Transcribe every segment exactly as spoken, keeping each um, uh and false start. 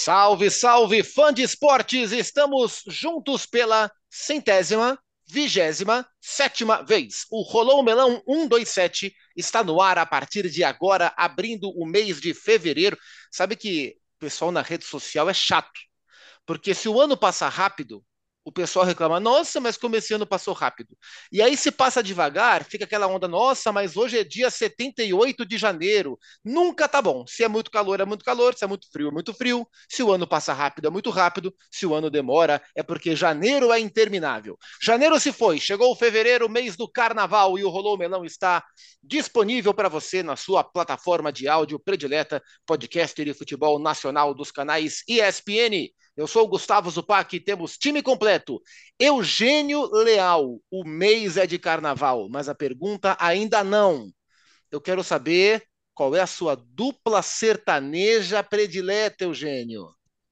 Salve, salve, fã de esportes! Estamos juntos pela centésima, vigésima, sétima vez. O Rolou o Melão cento e vinte e sete está no ar a partir de agora, abrindo o mês de fevereiro. Sabe que o pessoal na rede social é chato, porque se o ano passa rápido, o pessoal reclama, nossa, mas como esse ano passou rápido. E aí se passa devagar, fica aquela onda, nossa, mas hoje é dia setenta e oito de janeiro. Nunca tá bom. Se é muito calor, é muito calor. Se é muito frio, é muito frio. Se o ano passa rápido, é muito rápido. Se o ano demora, é porque janeiro é interminável. Janeiro se foi, chegou o fevereiro, mês do carnaval, e o Rolou Melão está disponível para você na sua plataforma de áudio predileta, podcast de futebol nacional dos canais E S P N. Eu sou o Gustavo Zupac e temos time completo. Eugênio Leal, o mês é de carnaval, mas a pergunta ainda não. Eu quero saber qual é a sua dupla sertaneja predileta, Eugênio.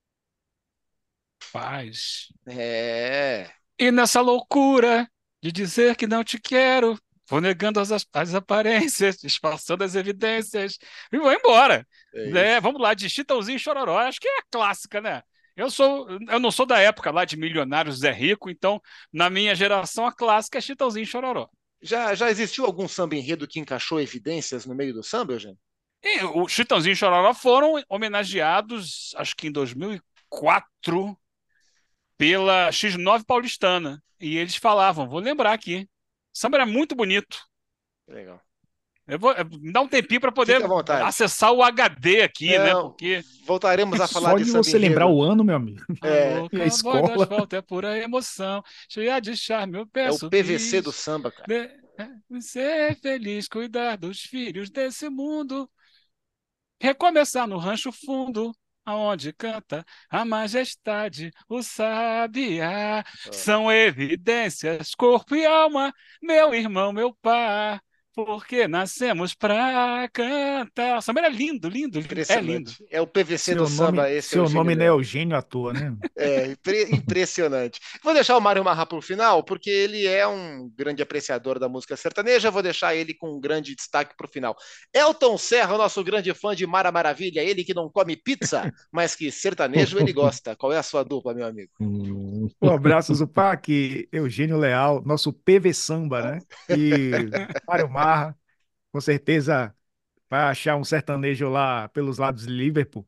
Paz. É, E nessa loucura de dizer que não te quero, vou negando as, as aparências, disfarçando as evidências, e vou embora. é Né? isso. Vamos lá, de Chitãozinho e Chororó, acho que é a clássica, né? Eu sou, eu não sou da época lá de Milionários Zé Rico, então na minha geração a clássica é Chitãozinho e Chororó. Já, já existiu algum samba enredo que encaixou evidências no meio do samba, Eugênio? E o Chitãozinho e Chororó foram homenageados, acho que em dois mil e quatro, pela X nove paulistana. E eles falavam, vou lembrar aqui, o samba era muito bonito. Legal. Eu vou, eu- me dá um tempinho para Fique poder à vontade. acessar o H D aqui, né? Não, Porque voltaremos a falar Só de de samba você lembrar enredo. o ano, meu amigo, a É, e a louca voz do escola. asfalto é pura emoção, cheia de charme, eu é o peço P V C do bis. samba, cara. De- Ser feliz, cuidar dos filhos desse mundo. Recomeçar no Rancho Fundo, aonde canta a majestade, o sabiá. São evidências, corpo e alma, meu irmão, meu par, porque nascemos pra cantar. O samba era lindo, lindo, lindo. É lindo. Impressionante. É o P V C do Seu nome, samba, esse é o seu Eugênio nome não é Leal. Eugênio à toa, né? É impre- impressionante. Vou deixar o Mário Marra para o final, porque ele é um grande apreciador da música sertaneja. Vou deixar ele com um grande destaque para o final. Elton Serra, o nosso grande fã de Mara Maravilha, ele que não come pizza, mas que sertanejo ele gosta. Qual é a sua dupla, meu amigo? Um abraço, Zupac, Eugênio Leal, nosso P V Samba, né? E Mário Marra, com certeza vai achar um sertanejo lá pelos lados de Liverpool.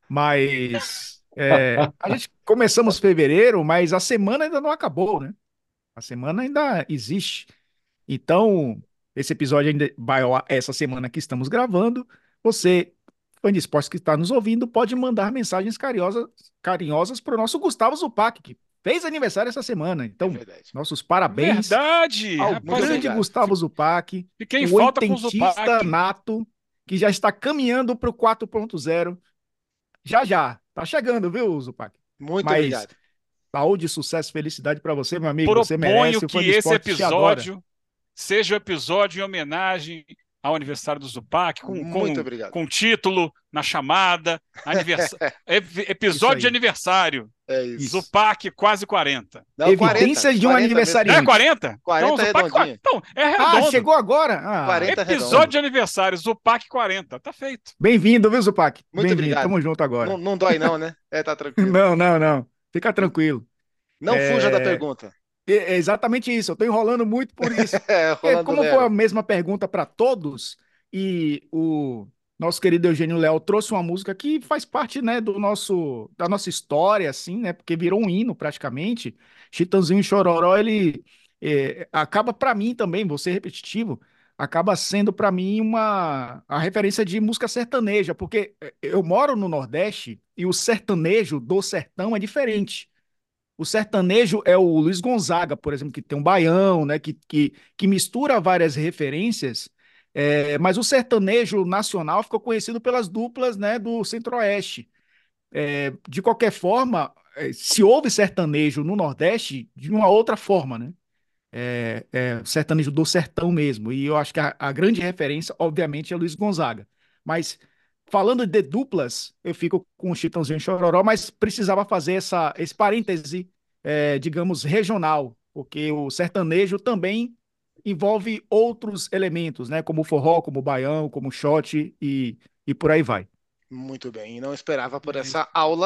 Mas é, a gente começamos fevereiro, mas a semana ainda não acabou, né? A semana ainda existe. Então, esse episódio ainda vai ao ar essa semana que estamos gravando. Você, fã de esportes que está nos ouvindo, pode mandar mensagens carinhosas, carinhosas para o nosso Gustavo Zupac, que fez aniversário essa semana. É Então, verdade. nossos parabéns Verdade, ao Muito rapaz. grande obrigado. Gustavo Zupac, Fiquei em o falta com o oitentista Zupac. nato, que já está caminhando para o quatro ponto zero. Já já, tá chegando, viu, Zupac? Muito Mas obrigado. saúde, sucesso, felicidade para você, meu amigo. Você Proponho merece, o fã que de esse esportes te adora. episódio seja um episódio em homenagem ao aniversário do Zupac, com, Muito com, obrigado. com título na chamada, anivers... ep- Isso episódio de aí, aniversário. É isso. isso. Zupac quase quarenta. Não, quarenta. Evidências de um quarenta mesmo. É aniversariante. quarenta? Então, quarenta Zupac quarenta. redondinho. Então, é Ah, redondo. chegou agora? Ah, quarenta Episódio redondo. de aniversário, Zupac quarenta. Tá feito. bem-vindo, viu, Zupac? Muito Bem-vindo, obrigado. tamo junto Não, agora. não dói não, né? É, tá tranquilo. Não, não, não. Fica tranquilo. Não fuja da É, pergunta. é exatamente isso. Eu tô enrolando muito por isso. É, Porque Rolando como foi Lero. a mesma pergunta para todos e o nosso querido Eugênio Léo trouxe uma música que faz parte, né, do nosso da nossa história, assim, né? Porque virou um hino praticamente. Chitãozinho e Chororó, ele é, acaba para mim também, vou ser repetitivo, acaba sendo para mim uma a referência de música sertaneja, porque é, eu moro no Nordeste e o sertanejo do sertão é diferente. O sertanejo é o Luiz Gonzaga, por exemplo, que tem um baião, né, que, que, que mistura várias referências, é, mas o sertanejo nacional ficou conhecido pelas duplas, né, do Centro-Oeste. É, de qualquer forma, é, se houve sertanejo no Nordeste, de uma outra forma, né? É, é, sertanejo do sertão mesmo. E eu acho que a, a grande referência, obviamente, é Luiz Gonzaga. Mas falando de duplas, eu fico com o Chitãozinho e Chororó, mas precisava fazer essa, esse parêntese, é, digamos, regional, porque o sertanejo também envolve outros elementos, né? Como o forró, como o baião, como o shot e, e por aí vai. Muito bem. E não esperava por É isso. essa aula.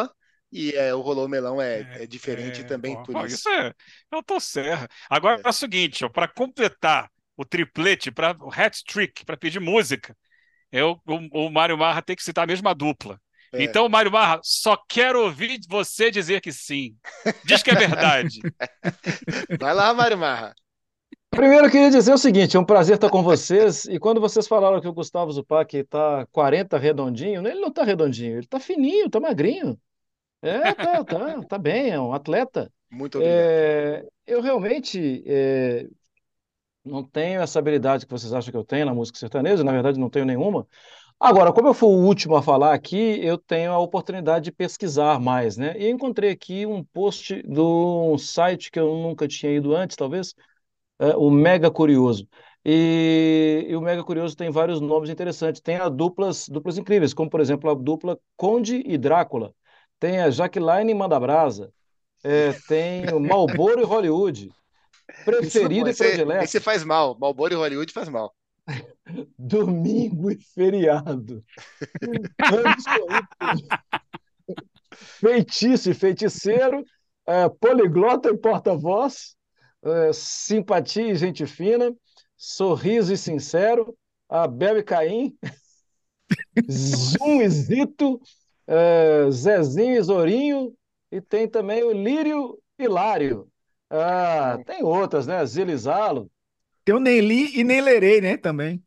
E é, o Rolô Melão é, É, é diferente é, também pô, por pô, isso. isso é. Eu tô certo. Agora É, é o seguinte, para completar o triplete, para o hat-trick, para pedir música, eu, o, o Mário Marra tem que citar a mesma dupla. é. Então, Mário Marra, só quero ouvir você dizer que sim. Diz que é verdade. Vai lá, Mário Marra. Primeiro, eu queria dizer o seguinte: é um prazer estar com vocês. E quando vocês falaram que o Gustavo Zupac está quarenta redondinho, ele não está redondinho, ele está fininho, está magrinho. É, tá, tá, tá bem, é um atleta. Muito obrigado. É, eu realmente é, não tenho essa habilidade que vocês acham que eu tenho na música sertaneja, na verdade, não tenho nenhuma. Agora, como eu fui o último a falar aqui, eu tenho a oportunidade de pesquisar mais, né? E eu encontrei aqui um post de um site que eu nunca tinha ido antes, talvez, é, o Mega Curioso. E, e o Mega Curioso tem vários nomes interessantes. Tem a duplas, duplas incríveis, como por exemplo a dupla Conde e Drácula. Tem a Jaqueline e Mandabrasa. É, tem o Marlboro e Hollywood. Isso não Preferido pode. e Esse, predileto. esse faz mal. Marlboro e Hollywood faz mal. Domingo e feriado. Anos corridos. Feitiço e feiticeiro. É, poliglota e porta-voz. É, simpatia e gente fina. Sorriso e sincero. Abel e Caim. Zum e Zito, eh, Zezinho e Zorinho, e tem também o Lírio e Lário. Ah, Hum. tem outras, né? Zilo e Zalo. Eu nem li e nem lerei, né, também.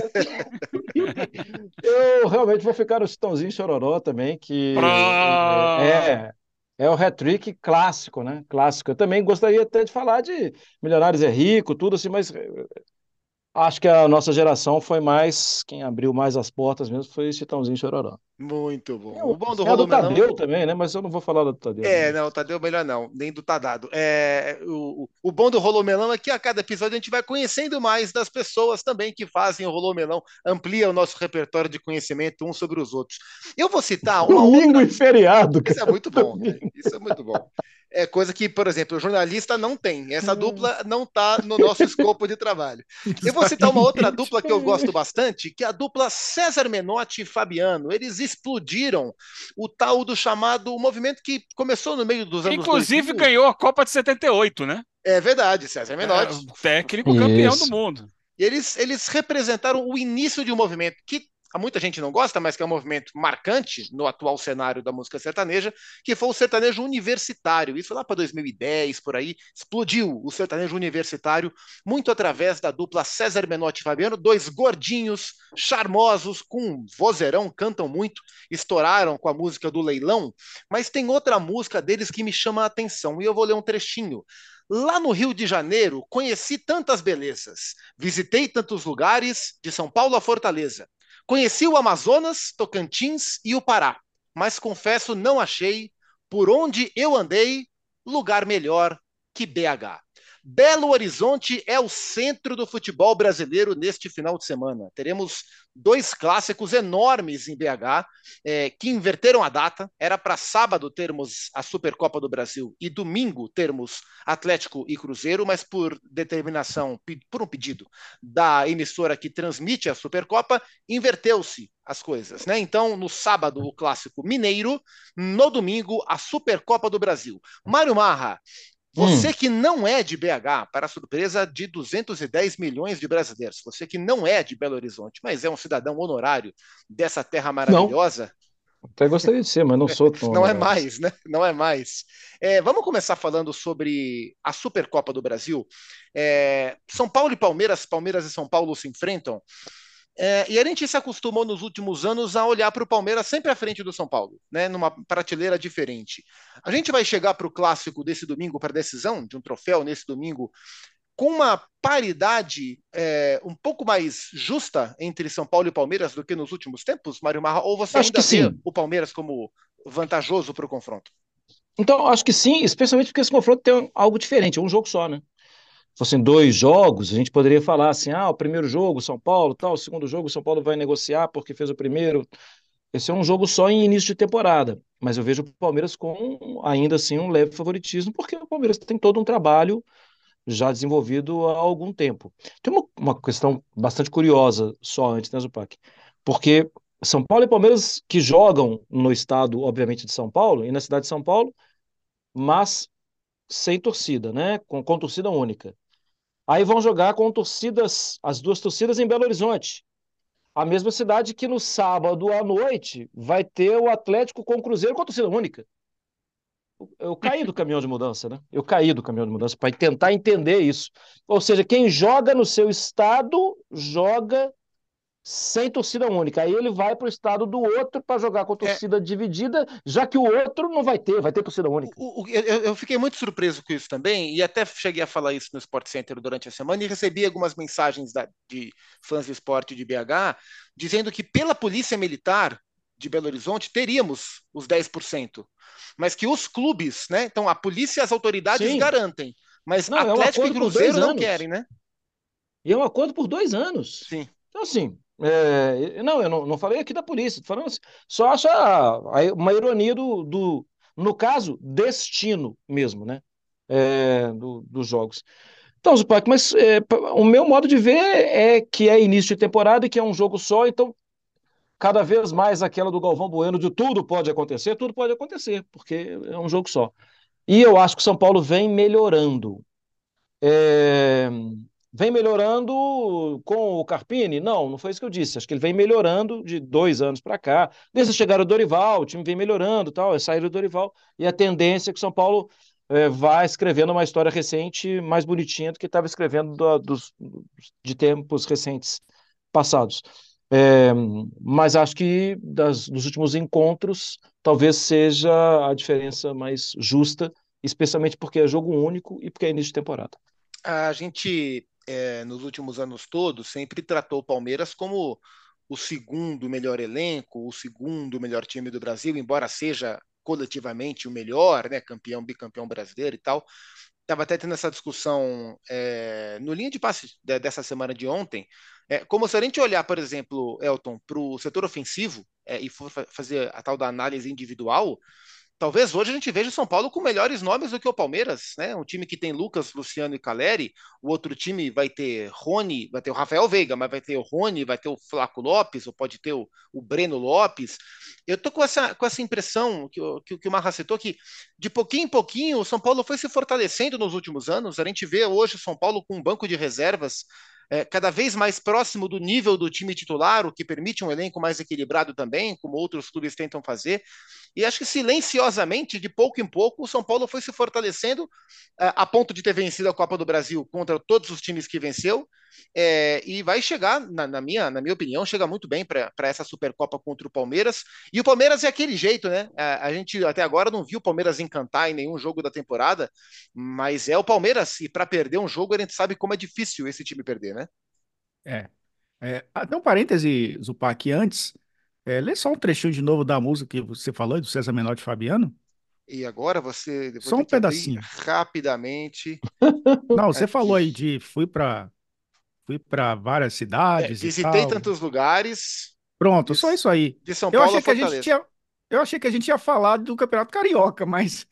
Eu realmente vou ficar no Chitãozinho e Chororó também, que é, Pro... é é o hat-trick clássico, né? Clássico. Eu também gostaria até de falar de Milionários é Rico, tudo assim, mas acho que a nossa geração foi mais, quem abriu mais as portas mesmo foi Chitãozinho e Chororó. Muito Tem bom. O bom outras, do tem a Rolô do Melão. Tadeu também, né? Mas eu não vou falar do Tadeu É, agora. não, Tadeu melhor não, nem do Tadado. É, o, o bom do Rolomelão é que a cada episódio a gente vai conhecendo mais das pessoas também que fazem o Rolomelão, amplia o nosso repertório de conhecimento uns sobre os outros. Eu vou citar uma Domingo outra. e feriado, Isso é cara. muito bom, né? Domingo. Isso é muito bom. É coisa que, por exemplo, o jornalista não tem. Essa dupla não está no nosso escopo de trabalho. Eu vou citar uma outra Exatamente. dupla que eu gosto bastante, que é a dupla César Menotti e Fabiano. Eles explodiram o tal do chamado movimento que começou no meio dos anos Inclusive dois mil. ganhou a Copa de setenta e oito, né? É verdade, César É, Menotti. técnico campeão do Isso. mundo. E eles, eles representaram o início de um movimento que há muita gente não gosta, mas que é um movimento marcante no atual cenário da música sertaneja, que foi o sertanejo universitário. Isso lá para dois mil e dez, por aí, explodiu o sertanejo universitário, muito através da dupla César Menotti e Fabiano, dois gordinhos, charmosos, com vozeirão, cantam muito, estouraram com a música do Leilão, mas tem outra música deles que me chama a atenção, e eu vou ler um trechinho. Lá no Rio de Janeiro, conheci tantas belezas, visitei tantos lugares, de São Paulo a Fortaleza. Conheci o Amazonas, Tocantins e o Pará, mas confesso não achei, por onde eu andei, lugar melhor que B H. Belo Horizonte é o centro do futebol brasileiro neste final de semana. Teremos dois clássicos enormes em B H, é, que inverteram a data. Era para sábado termos a Supercopa do Brasil e domingo termos Atlético e Cruzeiro, mas por determinação, por um pedido da emissora que transmite a Supercopa, inverteu-se as coisas, né? Então, no sábado, o clássico mineiro, no domingo, a Supercopa do Brasil. Mário Marra, você Hum, que não é de B H, para a surpresa de duzentos e dez milhões de brasileiros, você que não é de Belo Horizonte, mas é um cidadão honorário dessa terra não. maravilhosa, Até gostaria de ser, mas não sou tão não é honorário. mais, né? Não é mais. É, vamos começar falando sobre a Supercopa do Brasil. É, São Paulo e Palmeiras, Palmeiras e São Paulo se enfrentam. É, e a gente se acostumou nos últimos anos a olhar para o Palmeiras sempre à frente do São Paulo, né, numa prateleira diferente. A gente vai chegar para o clássico desse domingo, para a decisão de um troféu nesse domingo, com uma paridade é, um pouco mais justa entre São Paulo e Palmeiras do que nos últimos tempos, Mário Marra? Ou você Acho ainda que vê sim. o Palmeiras como vantajoso para o confronto? Então, acho que sim, especialmente porque esse confronto tem algo diferente, é um jogo só, né? Se fossem dois jogos, a gente poderia falar assim: ah, o primeiro jogo, São Paulo, tal, o segundo jogo, São Paulo vai negociar porque fez o primeiro. Esse é um jogo só em início de temporada, mas eu vejo o Palmeiras com ainda assim um leve favoritismo, porque o Palmeiras tem todo um trabalho já desenvolvido há algum tempo. Tem uma, uma questão bastante curiosa só antes, né, Zupac? Porque São Paulo e Palmeiras que jogam no estado, obviamente, de São Paulo e na cidade de São Paulo, mas sem torcida, né? Com, com torcida única. Aí vão jogar com torcidas, as duas torcidas em Belo Horizonte. A mesma cidade que no sábado à noite vai ter o Atlético com o Cruzeiro com a torcida única. Eu caí do caminhão de mudança, né? Eu caí do caminhão de mudança para tentar entender isso. Ou seja, quem joga no seu estado joga sem torcida única. Aí ele vai para o estado do outro para jogar com É, torcida dividida, já que o outro não vai ter, vai ter torcida única. o, o, eu, eu fiquei muito surpreso com isso também, e até cheguei a falar isso no Sport Center durante a semana, e recebi algumas mensagens da, de fãs de esporte de B H, dizendo que pela Polícia Militar de Belo Horizonte teríamos os dez por cento, mas que os clubes, né? Então a polícia e as autoridades Sim. garantem, mas Não, é um Atlético e acordo por dois Cruzeiro não anos. querem, né? E é um acordo por dois anos. Sim. Então, assim, é, não, eu não, não falei aqui da polícia, tô falando assim, só acho a- a- uma ironia do, do, no caso, destino mesmo, né? É, do- dos jogos. Então, Zupac, mas é, p- o meu modo de ver é que é início de temporada e que é um jogo só, então cada vez mais aquela do Galvão Bueno de tudo pode acontecer, tudo pode acontecer, porque é um jogo só. E eu acho que o São Paulo vem melhorando. É, vem melhorando com o Carpini? Não, não foi isso que eu disse. Acho que ele vem melhorando de dois anos para cá. Desde a chegada do Dorival, o time vem melhorando, tal, é sair do Dorival. E a tendência é que o São Paulo é, vai escrevendo uma história recente mais bonitinha do que estava escrevendo do- dos, de tempos recentes passados. É, mas acho que das, dos últimos encontros, talvez seja a diferença mais justa, especialmente porque é jogo único e porque é início de temporada. A gente, é, nos últimos anos todos, sempre tratou o Palmeiras como o segundo melhor elenco, o segundo melhor time do Brasil, embora seja coletivamente o melhor, né, campeão, bicampeão brasileiro e tal. Estava até tendo essa discussão é, no linha de passe de- dessa semana de ontem. É, como se a gente olhar, por exemplo, Elton, para o setor ofensivo é, e for fa- fazer a tal da análise individual, talvez hoje a gente veja o São Paulo com melhores nomes do que o Palmeiras, né? Um time que tem Lucas, Luciano e Caleri, o outro time vai ter Rony, vai ter o Rafael Veiga, mas vai ter o Rony, vai ter o Flaco Lopes, ou pode ter o, o Breno Lopes. Eu tô com essa, com essa impressão que, o- que, o- que o Marra citou, que de pouquinho em pouquinho o São Paulo foi se fortalecendo nos últimos anos. A gente vê hoje o São Paulo com um banco de reservas é, cada vez mais próximo do nível do time titular, o que permite um elenco mais equilibrado também, como outros clubes tentam fazer. E acho que silenciosamente, de pouco em pouco, o São Paulo foi se fortalecendo é, a ponto de ter vencido a Copa do Brasil contra todos os times que venceu. É, e vai chegar, na, na minha, na minha opinião, chega muito bem para essa Supercopa contra o Palmeiras. E o Palmeiras é aquele jeito, né? A, a gente até agora não viu o Palmeiras encantar em nenhum jogo da temporada, mas é o Palmeiras, e para perder um jogo, a gente sabe como é difícil esse time perder, né? É. É, até um parêntese, Zupac, antes, é, lê só um trechinho de novo da música que você falou, do César Menor de Fabiano. E agora você, eu vou Só ter um que abrir pedacinho. rapidamente Não, você aqui. falou aí de fui para fui para várias É, cidades e visitei tal. tantos lugares Pronto, de, só isso aí. de São Eu Paulo a achei que a gente Fortaleza. tinha, eu achei que a gente ia falar do Campeonato Carioca, mas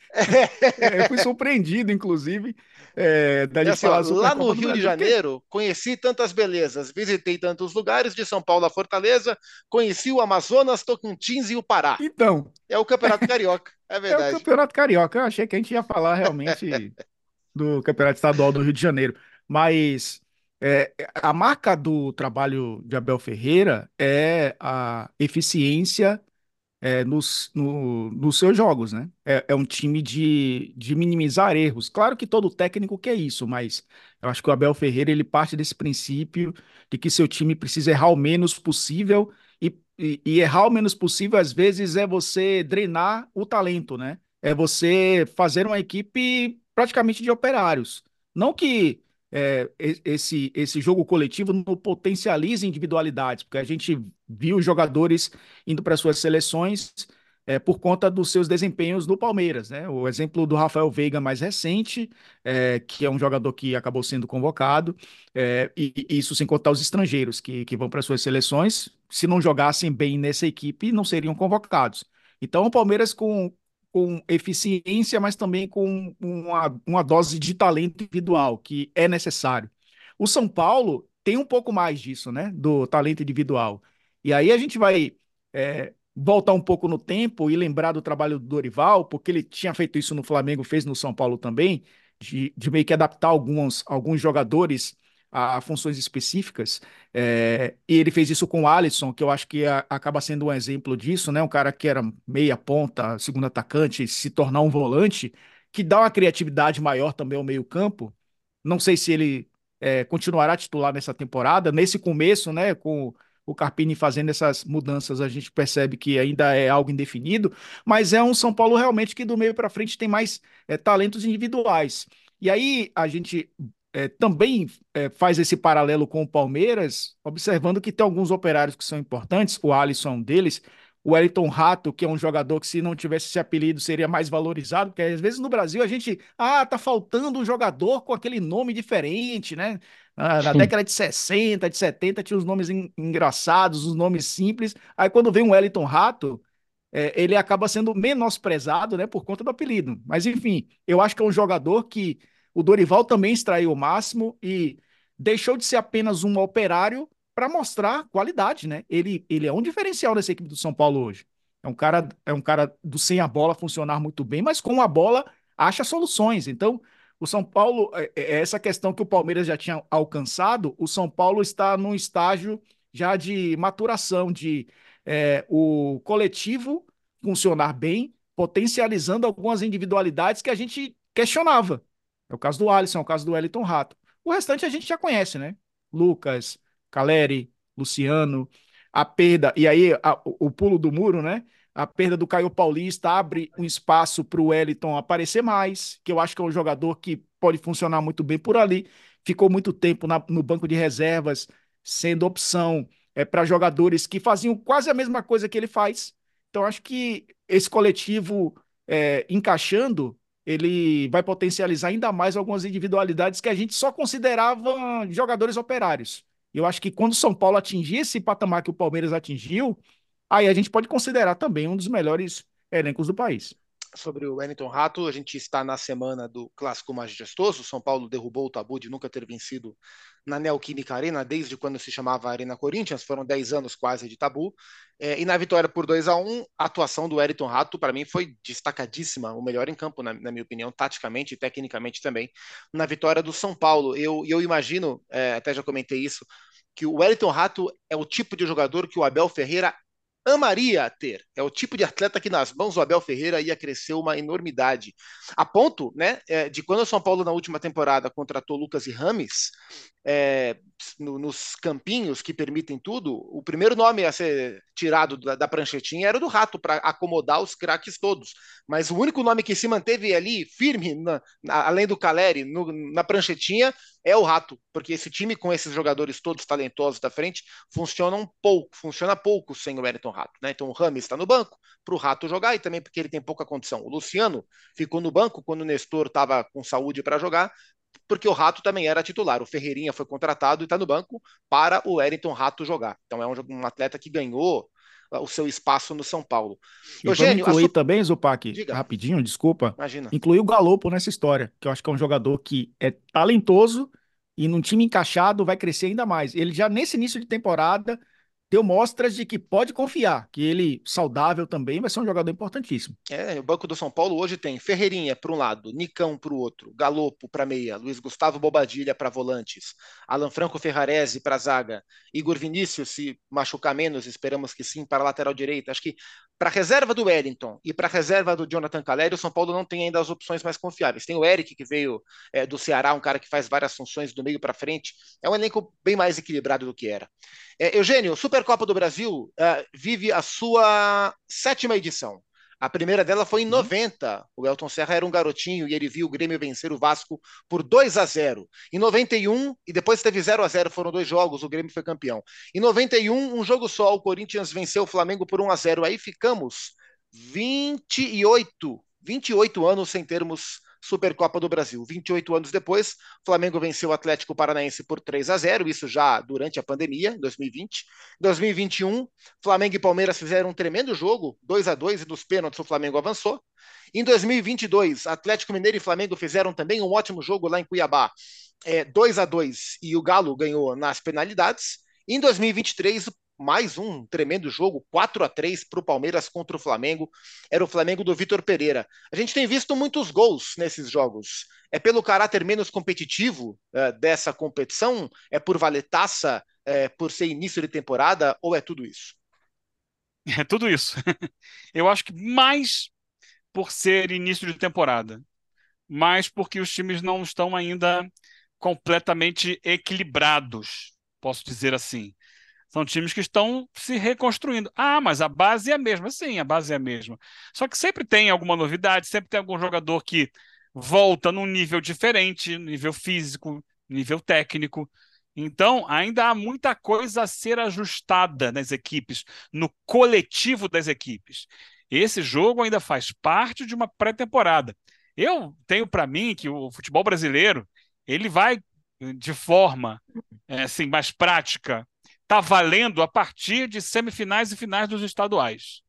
é, eu fui surpreendido, inclusive, é, da É gente assim, ó, falar da lá no Supercopa do Rio de Brasil, porque Janeiro, conheci tantas belezas, visitei tantos lugares, de São Paulo a Fortaleza, conheci o Amazonas, Tocantins e o Pará. então É o Campeonato Carioca, é é o verdade. Campeonato Carioca. Eu achei que a gente ia falar realmente do Campeonato Estadual do Rio de Janeiro. Mas é, a marca do trabalho de Abel Ferreira é a eficiência é, nos, no- nos seus jogos, né? É, é um time de, de minimizar erros. Claro que todo técnico quer isso, mas eu acho que o Abel Ferreira ele parte desse princípio de que seu time precisa errar o menos possível e, e, e errar o menos possível às vezes é você drenar o talento, né? É você fazer uma equipe praticamente de operários. Não que é, e- esse, esse jogo coletivo não potencialize individualidades, porque a gente viu jogadores indo para suas seleções é, por conta dos seus desempenhos no Palmeiras, né? O exemplo do Rafael Veiga mais recente, é, que é um jogador que acabou sendo convocado, é, e, e isso sem contar os estrangeiros que, que vão para suas seleções, se não jogassem bem nessa equipe, não seriam convocados. Então, o Palmeiras com, com eficiência, mas também com uma, uma dose de talento individual, que é necessário. O São Paulo tem um pouco mais disso, né? Do talento individual. E aí a gente vai é, voltar um pouco no tempo e lembrar do trabalho do Dorival, porque ele tinha feito isso no Flamengo, fez no São Paulo também, de, de meio que adaptar alguns, alguns jogadores a, a funções específicas. É, e ele fez isso com o Alisson, que eu acho que a- acaba sendo um exemplo disso, né? Um cara que era meia ponta, segundo atacante, se tornar um volante, que dá uma criatividade maior também ao meio-campo. Não sei se ele é, continuará titular nessa temporada. Nesse começo, né, com o Carpini fazendo essas mudanças, a gente percebe que ainda é algo indefinido, mas é um São Paulo realmente que do meio para frente tem mais é, talentos individuais. E aí a gente é, também é, faz esse paralelo com o Palmeiras, observando que tem alguns operários que são importantes, o Alisson é um deles, o Wellington Rato, que é um jogador que, se não tivesse esse apelido, seria mais valorizado, porque às vezes no Brasil a gente, ah, tá faltando um jogador com aquele nome diferente, né? Ah, na década de sessenta, de setenta, tinha os nomes en- engraçados, os nomes simples. Aí quando vem um Wellington Rato, é, ele acaba sendo menosprezado, né, por conta do apelido. Mas enfim, eu acho que é um jogador que o Dorival também extraiu o máximo e deixou de ser apenas um operário para mostrar qualidade, né? Ele, ele é um diferencial dessa equipe do São Paulo hoje. É um cara, é um cara do sem a bola funcionar muito bem, mas com a bola acha soluções. Então, o São Paulo, é, é essa questão que o Palmeiras já tinha alcançado, o São Paulo está num estágio já de maturação, de é, o coletivo funcionar bem, potencializando algumas individualidades que a gente questionava. É o caso do Alisson, é o caso do Wellington Rato. O restante a gente já conhece, né? Lucas, Caleri, Luciano, a perda, e aí a, o, o pulo do muro, né? A perda do Caio Paulista abre um espaço para o Wellington aparecer mais, que eu acho que é um jogador que pode funcionar muito bem por ali. Ficou muito tempo na, no banco de reservas, sendo opção é, para jogadores que faziam quase a mesma coisa que ele faz. Então, acho que esse coletivo é, encaixando, ele vai potencializar ainda mais algumas individualidades que a gente só considerava jogadores operários. Eu acho que quando o São Paulo atingir esse patamar que o Palmeiras atingiu, aí a gente pode considerar também um dos melhores elencos do país. Sobre o Wellington Rato, a gente está na semana do Clássico Majestoso. São Paulo derrubou o tabu de nunca ter vencido na Neoquímica Arena, desde quando se chamava Arena Corinthians, foram dez anos quase de tabu. É, e na vitória por dois a um, a atuação do Wellington Rato, para mim, foi destacadíssima, o melhor em campo, na, na minha opinião, taticamente e tecnicamente também, na vitória do São Paulo. Eu, eu imagino, é, até já comentei isso, que o Wellington Rato é o tipo de jogador que o Abel Ferreira amaria ter. É o tipo de atleta que nas mãos do Abel Ferreira ia crescer uma enormidade. A ponto, né, é, de quando o São Paulo na última temporada contratou Lucas e Rames, é, no, nos campinhos que permitem tudo, o primeiro nome a ser tirado da, da pranchetinha era o do Rato, para acomodar os craques todos. Mas o único nome que se manteve ali, firme, na, na, além do Caleri, no, na pranchetinha, é o Rato, porque esse time com esses jogadores todos talentosos da frente funciona um pouco, funciona pouco sem o Wellington Rato, né? Então o Rames está no banco para o Rato jogar e também porque ele tem pouca condição. O Luciano ficou no banco quando o Nestor estava com saúde para jogar, porque o Rato também era titular. O Ferreirinha foi contratado e está no banco para o Wellington Rato jogar. Então é um, um atleta que ganhou o seu espaço no São Paulo. E vamos Eugênio, a incluir sua... também, Zupac, Diga, rapidinho, desculpa, imagina. incluir o Galopo nessa história, que eu acho que é um jogador que é talentoso e num time encaixado vai crescer ainda mais. Ele já nesse início de temporada deu mostras de que pode confiar, que ele, saudável também, vai ser um jogador importantíssimo. É, o banco do São Paulo hoje tem Ferreirinha para um lado, Nicão para o outro, Galopo para meia, Luiz Gustavo Bobadilha para volantes, Alan Franco Ferrarese para zaga, Igor Vinícius, se machucar menos, esperamos que sim, para a lateral direita. Acho que para a reserva do Wellington e para a reserva do Jonathan Caleri, o São Paulo não tem ainda as opções mais confiáveis. Tem o Eric, que veio é, do Ceará, um cara que faz várias funções do meio para frente. É um elenco bem mais equilibrado do que era. É, Eugênio, Supercopa do Brasil uh, vive a sua sétima edição. A primeira dela foi em Uhum. noventa. O Elton Serra era um garotinho e ele viu o Grêmio vencer o Vasco por dois a zero. Em noventa e um, e depois teve zero a zero, foram dois jogos, o Grêmio foi campeão. Em noventa e um, um jogo só, o Corinthians venceu o Flamengo por um a zero. Aí ficamos vinte e oito, vinte e oito anos sem termos Supercopa do Brasil. vinte e oito anos depois, o Flamengo venceu o Atlético Paranaense por três a zero, isso já durante a pandemia, em dois mil e vinte. Em dois mil e vinte e um, Flamengo e Palmeiras fizeram um tremendo jogo, dois a dois, e nos pênaltis o Flamengo avançou. Em dois mil e vinte e dois, Atlético Mineiro e Flamengo fizeram também um ótimo jogo lá em Cuiabá, é, dois a dois, e o Galo ganhou nas penalidades. Em dois mil e vinte e três, mais um tremendo jogo, quatro a três para o Palmeiras contra o Flamengo. Era o Flamengo do Vitor Pereira. A gente tem visto muitos gols nesses jogos. É pelo caráter menos competitivo uh, dessa competição? É por valer taça, é, por ser início de temporada, ou é tudo isso? É tudo isso. Eu acho que mais por ser início de temporada, mais porque os times não estão ainda completamente equilibrados, posso dizer assim. São times que estão se reconstruindo. Ah, mas a base é a mesma. Sim, a base é a mesma. Só que sempre tem alguma novidade, sempre tem algum jogador que volta num nível diferente, nível físico, nível técnico. Então, ainda há muita coisa a ser ajustada nas equipes, no coletivo das equipes. Esse jogo ainda faz parte de uma pré-temporada. Eu tenho para mim que o futebol brasileiro ele vai de forma é, assim, mais prática tá valendo a partir de semifinais e finais dos estaduais.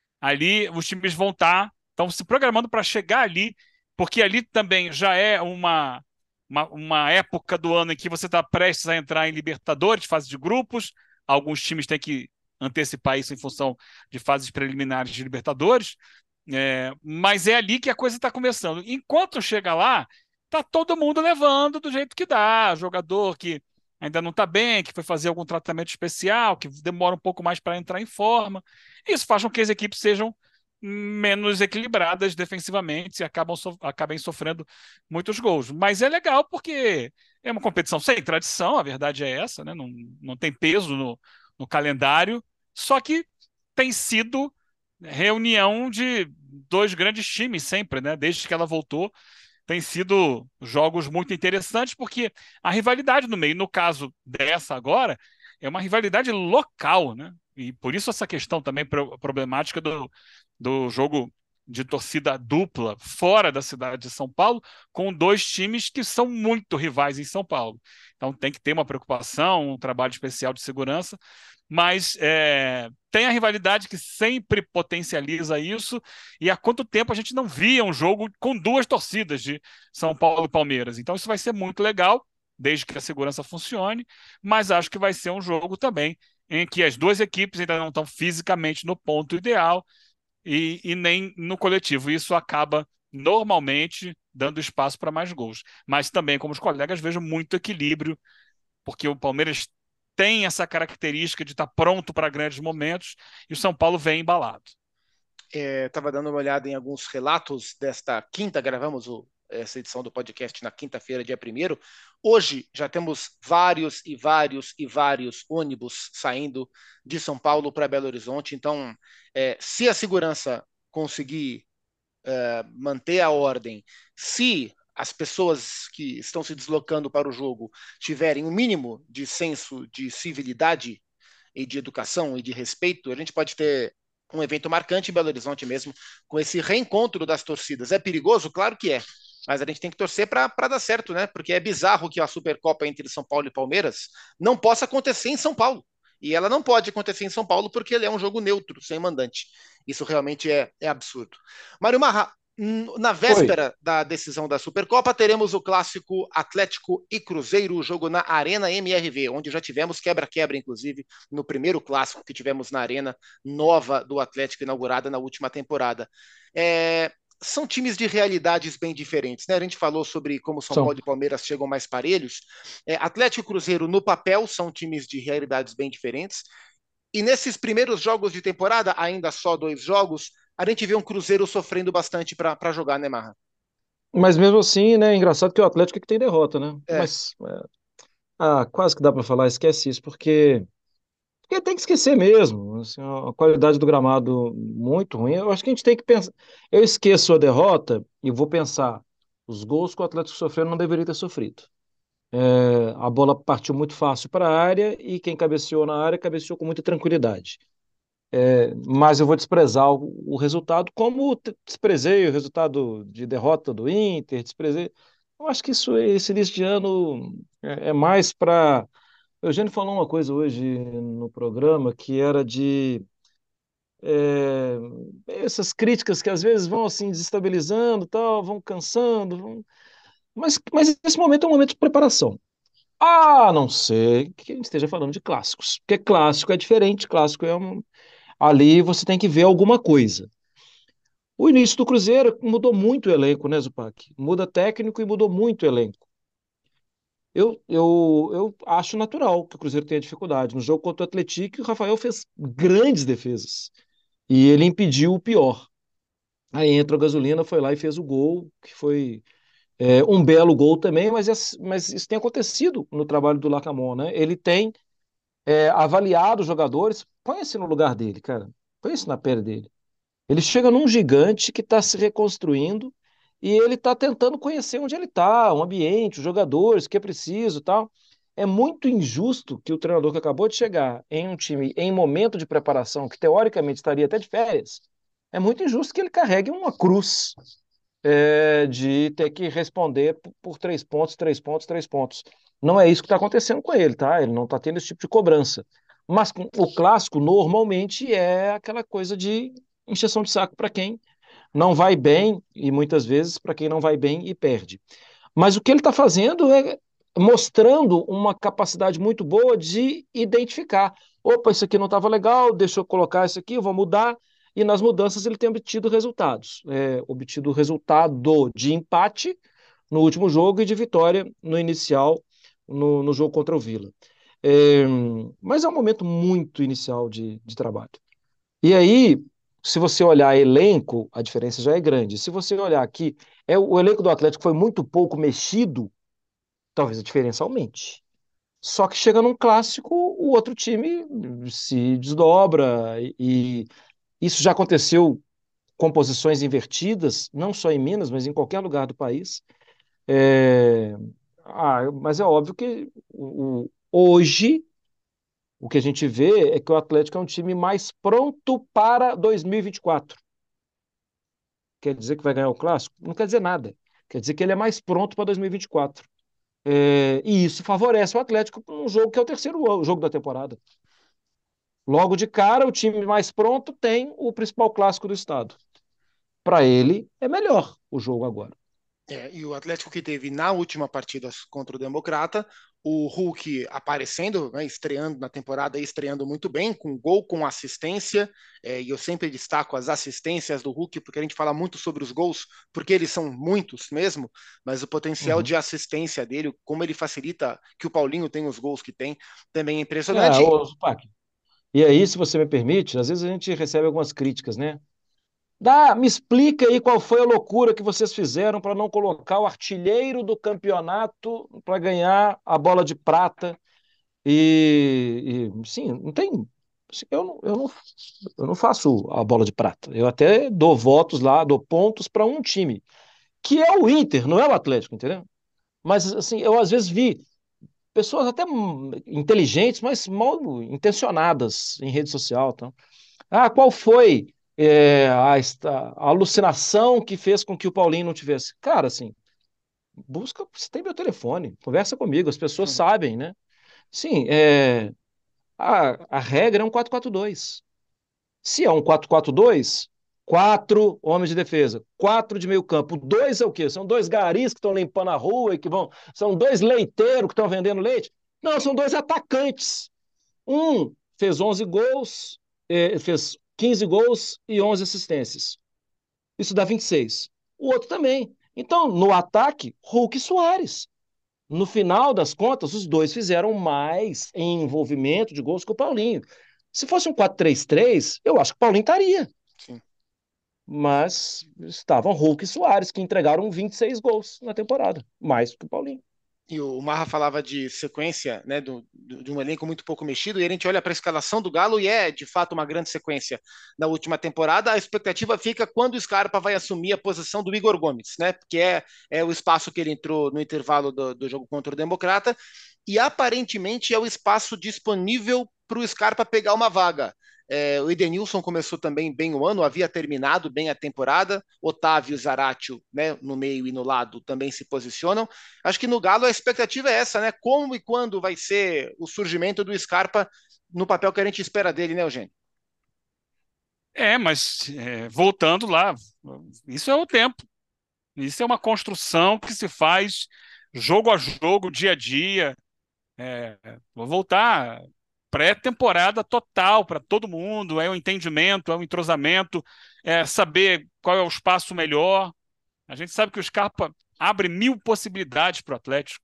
Ali os times vão estar, estão se programando para chegar ali, porque ali também já é uma, uma, uma época do ano em que você está prestes a entrar em Libertadores, fase de grupos. Alguns times têm que antecipar isso em função de fases preliminares de Libertadores. É, mas é ali que a coisa está começando. Enquanto chega lá, tá todo mundo levando do jeito que dá. Jogador que ainda não está bem, que foi fazer algum tratamento especial, que demora um pouco mais para entrar em forma. Isso faz com que as equipes sejam menos equilibradas defensivamente e acabam so acabem sofrendo muitos gols. Mas é legal porque é uma competição sem tradição, a verdade é essa, né? Não, não tem peso no, no calendário, só que tem sido reunião de dois grandes times sempre, né? Desde que ela voltou, tem sido jogos muito interessantes, porque a rivalidade no meio, no caso dessa agora, é uma rivalidade local, né? E por isso essa questão também pro problemática do, do jogo de torcida dupla fora da cidade de São Paulo, com dois times que são muito rivais em São Paulo. Então tem que ter uma preocupação, um trabalho especial de segurança, mas é, tem a rivalidade que sempre potencializa isso, e há quanto tempo a gente não via um jogo com duas torcidas de São Paulo e Palmeiras. Então isso vai ser muito legal, desde que a segurança funcione, mas acho que vai ser um jogo também em que as duas equipes ainda não estão fisicamente no ponto ideal e, e nem no coletivo. Isso acaba normalmente dando espaço para mais gols. Mas também, como os colegas, vejo muito equilíbrio, porque o Palmeiras tem essa característica de estar pronto para grandes momentos e o São Paulo vem embalado. Estava é, dando uma olhada em alguns relatos desta quinta, gravamos o, essa edição do podcast na quinta-feira, dia primeiro. Hoje já temos vários e vários e vários ônibus saindo de São Paulo para Belo Horizonte. Então, é, se a segurança conseguir é, manter a ordem, se as pessoas que estão se deslocando para o jogo tiverem um mínimo de senso de civilidade e de educação e de respeito, a gente pode ter um evento marcante em Belo Horizonte mesmo, com esse reencontro das torcidas. É perigoso? Claro que é. Mas a gente tem que torcer para dar certo, né? Porque é bizarro que a Supercopa entre São Paulo e Palmeiras não possa acontecer em São Paulo. E ela não pode acontecer em São Paulo porque ele é um jogo neutro, sem mandante. Isso realmente é, é absurdo. Mário Marra, na véspera Oi. da decisão da Supercopa, teremos o clássico Atlético e Cruzeiro, jogo na Arena M R V, onde já tivemos quebra-quebra, inclusive, no primeiro clássico que tivemos na Arena nova do Atlético, inaugurada na última temporada. É, são times de realidades bem diferentes, né? A gente falou sobre como São, São. Paulo e Palmeiras chegam mais parelhos. É, Atlético e Cruzeiro, no papel, são times de realidades bem diferentes. E nesses primeiros jogos de temporada, ainda só dois jogos, a gente vê um Cruzeiro sofrendo bastante para jogar, né, Marra? Mas mesmo assim, né, é engraçado que o Atlético é que tem derrota, né? É. Mas é, ah, quase que dá para falar, esquece isso, porque, porque tem que esquecer mesmo. Assim, a qualidade do gramado muito ruim. Eu acho que a gente tem que pensar. Eu esqueço a derrota e vou pensar: os gols que o Atlético sofreu não deveria ter sofrido. É, a bola partiu muito fácil para a área e quem cabeceou na área cabeceou com muita tranquilidade. É, mas eu vou desprezar o, o resultado, como desprezei o resultado de derrota do Inter, desprezei. Eu acho que isso, esse início de ano é, é mais para. O Eugênio falou uma coisa hoje no programa que era de é, essas críticas que às vezes vão assim desestabilizando, tal, vão cansando, vão... Mas, mas esse momento é um momento de preparação. A não ser que a gente esteja falando de clássicos. Porque clássico é diferente, clássico é um... Ali você tem que ver alguma coisa. O início do Cruzeiro mudou muito o elenco, né, Zupac? Muda técnico e mudou muito o elenco. Eu, eu, eu acho natural que o Cruzeiro tenha dificuldade. No jogo contra o Atlético, o Rafael fez grandes defesas. E ele impediu o pior. Aí entra o Gasolina, foi lá e fez o gol, que foi é, um belo gol também, mas, esse- mas isso tem acontecido no trabalho do Lacamon, né? Ele tem é, avaliado os jogadores, põe-se no lugar dele, cara. Põe-se na pele dele. Ele chega num gigante que está se reconstruindo e ele está tentando conhecer onde ele está, o ambiente, os jogadores, o que é preciso, e tal. É muito injusto que o treinador que acabou de chegar em um time em momento de preparação, que teoricamente estaria até de férias, é muito injusto que ele carregue uma cruz é, de ter que responder por, por três pontos, três pontos, três pontos. Não é isso que está acontecendo com ele, tá? Ele não está tendo esse tipo de cobrança. Mas com- o clássico normalmente é aquela coisa de encheção de saco para quem não vai bem e muitas vezes para quem não vai bem e perde. Mas o que ele está fazendo é mostrando uma capacidade muito boa de identificar. Opa, isso aqui não estava legal, deixa eu colocar isso aqui, eu vou mudar. E nas mudanças ele tem obtido resultados. É, obtido resultado de empate no último jogo e de vitória no inicial, no, no jogo contra o Vila. É, mas é um momento muito inicial de, de trabalho. E aí, se você olhar elenco, a diferença já é grande. Se você olhar aqui, é, o elenco do Atlético foi muito pouco mexido, talvez a diferença aumente. Só que chega num clássico, o outro time se desdobra, e, e isso já aconteceu com posições invertidas, não só em Minas, mas em qualquer lugar do país. É, ah, mas é óbvio que o, o- hoje o que a gente vê é que o Atlético é um time mais pronto para dois mil e vinte e quatro. Quer dizer que vai ganhar o clássico? Não quer dizer nada. Quer dizer que ele é mais pronto para dois mil e vinte e quatro. É, e isso favorece o Atlético num jogo que é o terceiro jogo da temporada. Logo de cara, o time mais pronto tem o principal clássico do estado. Para ele, é melhor o jogo agora. É, e o Atlético que teve na última partida contra o Democrata, o Hulk aparecendo, né, estreando na temporada, estreando muito bem, com gol, com assistência, é, e eu sempre destaco as assistências do Hulk, porque a gente fala muito sobre os gols, porque eles são muitos mesmo, mas o potencial Uhum. de assistência dele, como ele facilita que o Paulinho tem os gols que tem, também é É, impressionante. ô, Zupac, e aí, se você me permite, às vezes a gente recebe algumas críticas, né? Dá, me explica aí qual foi a loucura que vocês fizeram para não colocar o artilheiro do campeonato para ganhar a bola de prata. E, e, sim, não tem. Assim, Eu não, eu não, eu não faço a bola de prata. Eu até dou votos lá, dou pontos para um time, que é o Inter, não é o Atlético, entendeu? Mas, assim, eu às vezes vi pessoas até hum, inteligentes, mas mal intencionadas em rede social. Então. Ah, qual foi é, a, esta- a alucinação que fez com que o Paulinho não tivesse? Cara, assim, busca, você tem meu telefone, conversa comigo, as pessoas sabem, né? Sim, é, a, a regra é um quatro quatro-dois. Se é um quatro quatro-dois, quatro homens de defesa, quatro de meio campo, dois é o quê? São dois garis que estão limpando a rua e que vão. São dois leiteiros que estão vendendo leite? Não, são dois atacantes. Um fez onze gols, eh, fez quinze gols e onze assistências. Isso dá vinte e seis. O outro também. Então, no ataque, Hulk e Soares. No final das contas, os dois fizeram mais em envolvimento de gols que o Paulinho. Se fosse um quatro três três, eu acho que o Paulinho estaria. Sim. Mas estavam Hulk e Soares, que entregaram vinte e seis gols na temporada. Mais que o Paulinho. E o Marra falava de sequência, né, do, do- de um elenco muito pouco mexido, e a gente olha para a escalação do Galo e é de fato uma grande sequência. Na última temporada, a expectativa fica quando o Scarpa vai assumir a posição do Igor Gomes, né, porque é, é o espaço que ele entrou no intervalo do, do jogo contra o Democrata, e aparentemente é o espaço disponível para o Scarpa pegar uma vaga. É, o Edenilson começou também bem o ano, havia terminado bem a temporada. Otávio e Zaratio, né, no meio e no lado, também se posicionam. Acho que no Galo a expectativa é essa, né? Como e quando vai ser o surgimento do Scarpa no papel que a gente espera dele, né, Eugênio? É, mas é, voltando lá, isso é o tempo. Isso é uma construção que se faz jogo a jogo, dia a dia. É, vou voltar. Pré-temporada total para todo mundo, é um entendimento, é um entrosamento, é saber qual é o espaço melhor. A gente sabe que o Scarpa abre mil possibilidades para o Atlético.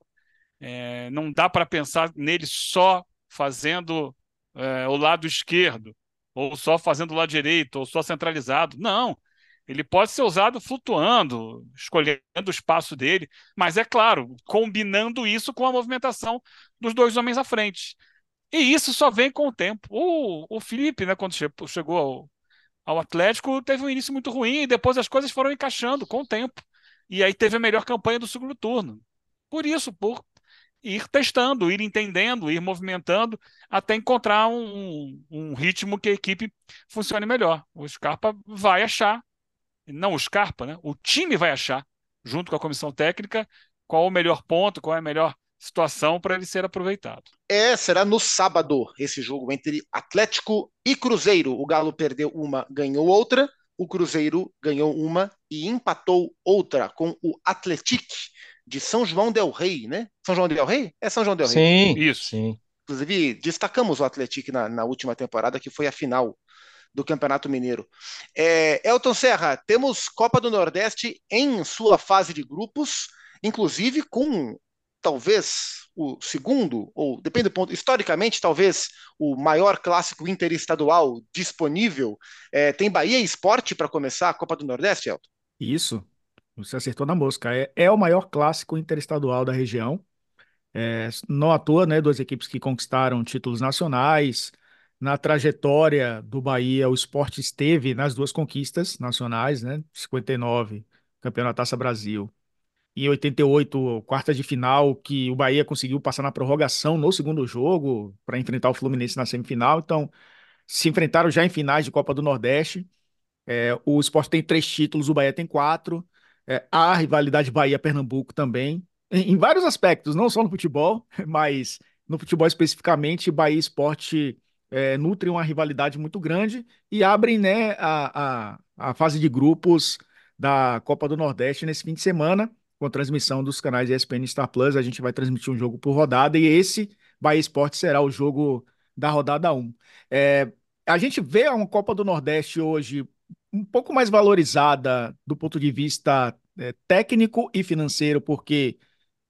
É, não dá para pensar nele só fazendo é, o lado esquerdo, ou só fazendo o lado direito, ou só centralizado. Não. Ele pode ser usado flutuando, escolhendo o espaço dele, mas é claro, combinando isso com a movimentação dos dois homens à frente. E isso só vem com o tempo. O, o Felipe, né, quando che chegou ao, ao Atlético, teve um início muito ruim e depois as coisas foram encaixando com o tempo. E aí teve a melhor campanha do segundo turno. Por isso, por ir testando, ir entendendo, ir movimentando, até encontrar um, um ritmo que a equipe funcione melhor. O Scarpa vai achar, não o Scarpa, né? O time vai achar, junto com a comissão técnica, qual o melhor ponto, qual é a melhor situação para ele ser aproveitado. É, será no sábado esse jogo entre Atlético e Cruzeiro. O Galo perdeu uma, ganhou outra. O Cruzeiro ganhou uma e empatou outra com o Atlético de São João del Rei, né? São João del Rei? É São João del Rei. Sim, Isso. sim. Inclusive, destacamos o Atlético na, na última temporada, que foi a final do Campeonato Mineiro. É, Elton Serra, temos Copa do Nordeste em sua fase de grupos, inclusive com talvez o segundo, ou depende do ponto, historicamente, talvez o maior clássico interestadual disponível. É, tem Bahia e Sport para começar a Copa do Nordeste, Elton? Isso, você acertou na mosca. É, é o maior clássico interestadual da região. É, não à toa, né? Duas equipes que conquistaram títulos nacionais. Na trajetória do Bahia, o Sport esteve nas duas conquistas nacionais, né? cinquenta e nove, Campeonato Taça Brasil. E em oitenta e oito, quartas de final, que o Bahia conseguiu passar na prorrogação no segundo jogo para enfrentar o Fluminense na semifinal. Então, se enfrentaram já em finais de Copa do Nordeste. É, o Sport tem três títulos, o Bahia tem quatro. É, há rivalidade Bahia-Pernambuco também, em, em vários aspectos, não só no futebol, mas no futebol especificamente, Bahia e Sport é, nutrem uma rivalidade muito grande e abrem, né, a, a, a fase de grupos da Copa do Nordeste nesse fim de semana, com transmissão dos canais E S P N e Star Plus. A gente vai transmitir um jogo por rodada e esse Bahia Sport será o jogo da rodada um. É, a gente vê uma Copa do Nordeste hoje um pouco mais valorizada do ponto de vista é, técnico e financeiro, porque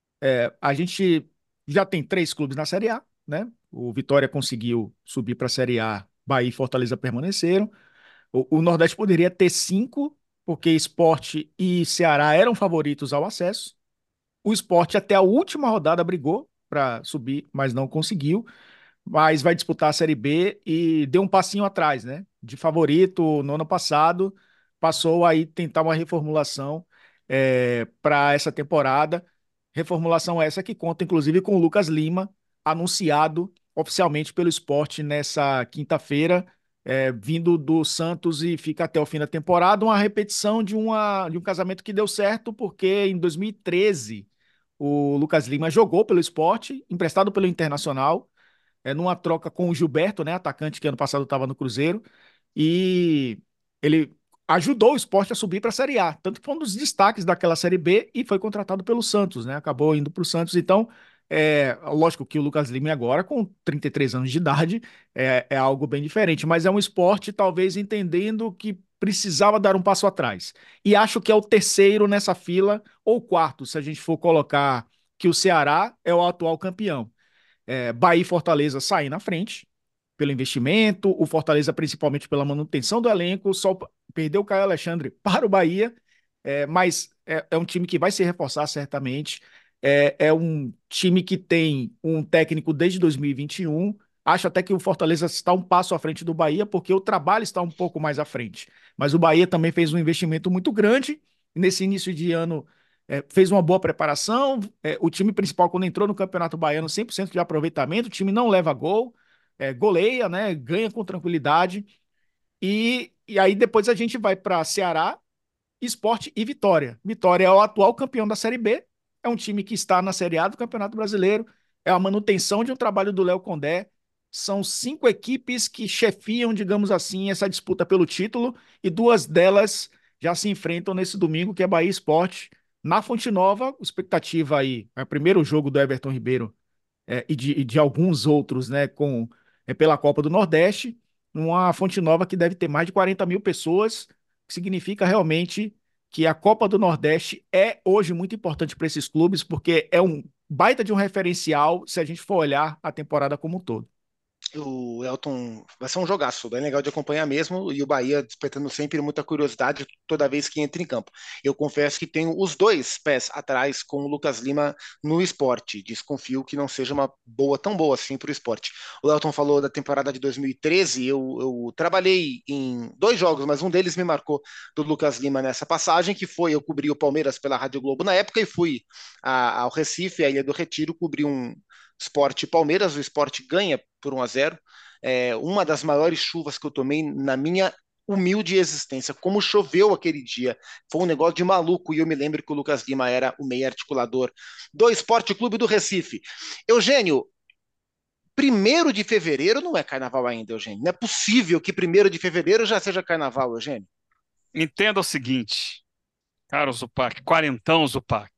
é, a gente já tem três clubes na Série A, né? O Vitória conseguiu subir para a Série A, Bahia e Fortaleza permaneceram. O, o Nordeste poderia ter cinco, porque Sport e Ceará eram favoritos ao acesso. O Sport até a última rodada brigou para subir, mas não conseguiu, mas vai disputar a Série B e deu um passinho atrás, né? De favorito no ano passado, passou aí tentar uma reformulação é, para essa temporada. Reformulação essa que conta, inclusive, com o Lucas Lima, anunciado oficialmente pelo Sport nessa quinta-feira, é, vindo do Santos e fica até o fim da temporada. Uma repetição de, uma, de um casamento que deu certo, porque em dois mil e treze o Lucas Lima jogou pelo Sport, emprestado pelo Internacional, é, numa troca com o Gilberto, né, atacante que ano passado estava no Cruzeiro, e ele ajudou o Sport a subir para a Série A, tanto que foi um dos destaques daquela Série B e foi contratado pelo Santos, né, acabou indo para o Santos. Então, é, lógico que o Lucas Lima agora, com trinta e três anos de idade, é, é algo bem diferente, mas é um esporte talvez entendendo que precisava dar um passo atrás. E acho que é o terceiro nessa fila, ou quarto, se a gente for colocar que o Ceará é o atual campeão. É, Bahia e Fortaleza saem na frente pelo investimento, o Fortaleza principalmente pela manutenção do elenco, só perdeu o Caio Alexandre para o Bahia, é, mas é, é, um time que vai se reforçar certamente, é, é um time que tem um técnico desde dois mil e vinte e um, acho até que o Fortaleza está um passo à frente do Bahia, porque o trabalho está um pouco mais à frente, mas o Bahia também fez um investimento muito grande nesse início de ano, é, fez uma boa preparação. É, o time principal, quando entrou no Campeonato Baiano, cem por cento de aproveitamento, o time não leva gol, é, goleia, né, ganha com tranquilidade. E, e aí depois a gente vai para Ceará, Sport e Vitória. Vitória é o atual campeão da Série B, é um time que está na Série A do Campeonato Brasileiro, é a manutenção de um trabalho do Léo Condé. São cinco equipes que chefiam, digamos assim, essa disputa pelo título, e duas delas já se enfrentam nesse domingo, que é Bahia e Sport. Na Fonte Nova, expectativa aí, é o primeiro jogo do Everton Ribeiro é, e, de, e de alguns outros, né, com, é, pela Copa do Nordeste, uma Fonte Nova que deve ter mais de quarenta mil pessoas, que significa realmente que a Copa do Nordeste é hoje muito importante para esses clubes, porque é um baita de um referencial se a gente for olhar a temporada como um todo. O Elton vai ser um jogaço, bem legal de acompanhar mesmo, e o Bahia despertando sempre muita curiosidade toda vez que entra em campo. Eu confesso que tenho os dois pés atrás com o Lucas Lima no esporte. Desconfio que não seja uma boa, tão boa assim para o esporte. O Elton falou da temporada de dois mil e treze, eu, eu trabalhei em dois jogos, mas um deles me marcou do Lucas Lima nessa passagem, que foi, eu cobri o Palmeiras pela Rádio Globo na época e fui a, ao Recife, à Ilha do Retiro, cobri um Sport e Palmeiras, o Sport ganha por um a zero. É uma das maiores chuvas que eu tomei na minha humilde existência. Como choveu aquele dia, foi um negócio de maluco. E eu me lembro que o Lucas Lima era o meio articulador do Esporte Clube do Recife. Eugênio, primeiro de fevereiro não é carnaval ainda, Eugênio. Não é possível que primeiro de fevereiro já seja carnaval, Eugênio. Entenda o seguinte, caro Zupac, quarentão Zupac.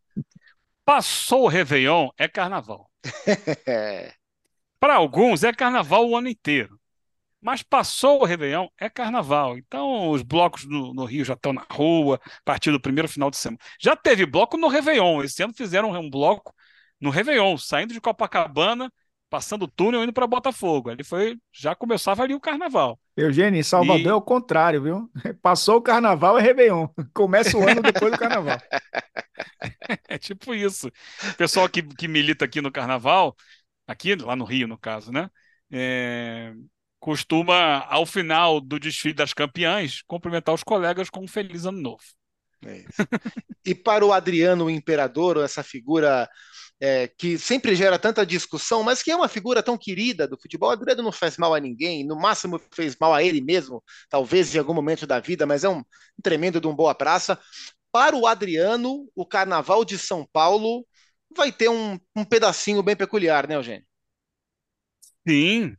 Passou o Réveillon, é carnaval. É, Para alguns é carnaval o ano inteiro. Mas passou o Réveillon, é carnaval. Então os blocos no, no Rio já estão na rua, a partir do primeiro final de semana. Já teve bloco no Réveillon. Esse ano fizeram um bloco no Réveillon, saindo de Copacabana, passando o túnel, indo para Botafogo. Ali foi, já começava ali o carnaval. Eugênio, em Salvador é E o contrário, viu? Passou o carnaval é Réveillon. Começa o ano depois do carnaval. é tipo isso. O pessoal que, que milita aqui no carnaval, aqui lá no Rio, no caso, né? É, costuma, ao final do desfile das campeãs, cumprimentar os colegas com um feliz ano novo. é isso. E para o Adriano, o imperador, essa figura é, que sempre gera tanta discussão, mas que é uma figura tão querida do futebol. O Adriano não faz mal a ninguém, no máximo fez mal a ele mesmo, talvez em algum momento da vida, mas é um tremendo de um boa praça. Para o Adriano, o Carnaval de São Paulo vai ter um, um pedacinho bem peculiar, né, Eugênio? Sim,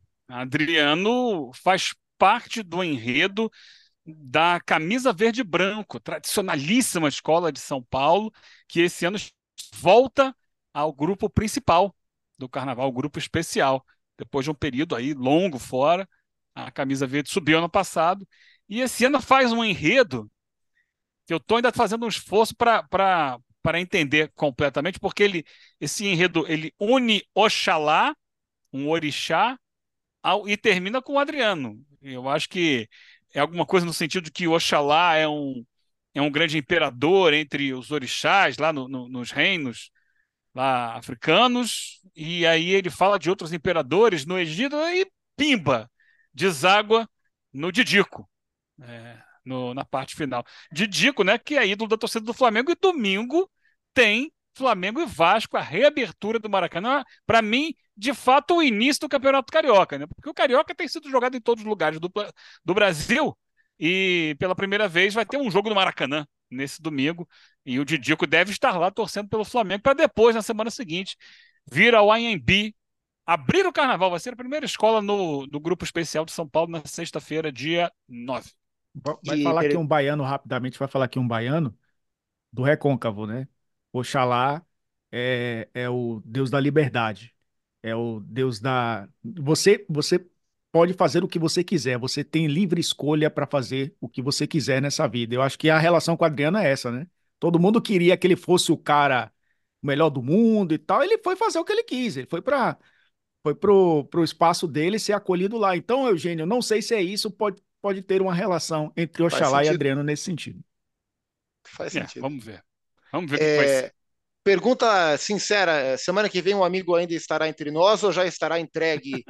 Adriano faz parte do enredo da camisa verde e branco, tradicionalíssima escola de São Paulo, que esse ano volta ao grupo principal do Carnaval, o grupo especial. Depois de um período aí longo fora, a camisa verde subiu ano passado, e esse ano faz um enredo que eu estou ainda fazendo um esforço para para entender completamente, porque ele, esse enredo ele une Oxalá, um orixá, ao, e termina com o Adriano. Eu acho que é alguma coisa no sentido de que Oxalá é um, é um grande imperador entre os orixás lá no, no, nos reinos lá africanos, e aí ele fala de outros imperadores no Egito e pimba, deságua no Didico, é, no, na parte final. Didico, né, que é ídolo da torcida do Flamengo, e domingo tem Flamengo e Vasco, a reabertura do Maracanã. Para mim, de fato, o início do Campeonato Carioca, né? Porque o Carioca tem sido jogado em todos os lugares do, do Brasil, e pela primeira vez vai ter um jogo no Maracanã nesse domingo, e o Didico deve estar lá torcendo pelo Flamengo para depois, na semana seguinte, vir ao Anhembi abrir o Carnaval. Vai ser a primeira escola no, no grupo especial de São Paulo na sexta-feira, dia nove. Vai falar aqui um baiano rapidamente, vai falar aqui um baiano do recôncavo, né? Oxalá é, é o Deus da liberdade. É o Deus da. Você, você pode fazer o que você quiser. Você tem livre escolha para fazer o que você quiser nessa vida. Eu acho que a relação com o Adriano é essa, né? Todo mundo queria que ele fosse o cara melhor do mundo e tal. Ele foi fazer o que ele quis. Ele foi para foi pro, pro espaço dele ser acolhido lá. Então, Eugênio, não sei se é isso, pode, pode ter uma relação entre Faz Oxalá e sentido. Adriano nesse sentido. Faz É, sentido. vamos ver. Vamos ver o que, que vai ser. É, pergunta sincera: semana que vem um amigo ainda estará entre nós ou já estará entregue?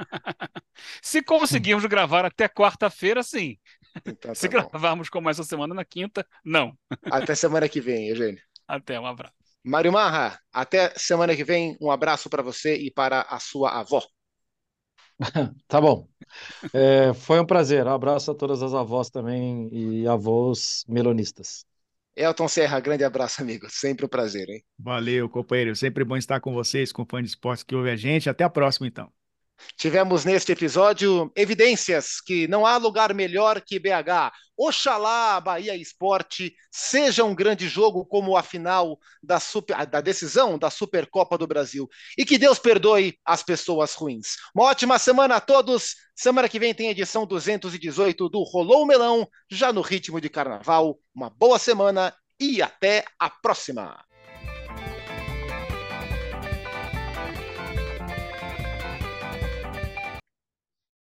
Se conseguirmos gravar até quarta-feira, sim. Então Se tá bom. gravarmos como essa semana na quinta, não. Até semana que vem, Eugênio. Até, um abraço. Mário Marra, até semana que vem. Um abraço para você e para a sua avó. Tá bom. É, foi um prazer. Um abraço a todas as avós também e avós melonistas. Elton Serra, grande abraço, amigo. Sempre um prazer, hein? Valeu, companheiro. Sempre bom estar com vocês, com fã de esportes que ouve a gente. Até a próxima, então. Tivemos neste episódio evidências que não há lugar melhor que B H. Oxalá a Bahia Esporte seja um grande jogo como a final da, super, da decisão da Supercopa do Brasil. E que Deus perdoe as pessoas ruins. Uma ótima semana a todos. Semana que vem tem edição duzentos e dezoito do Rolou o Melão, já no ritmo de carnaval. Uma boa semana e até a próxima.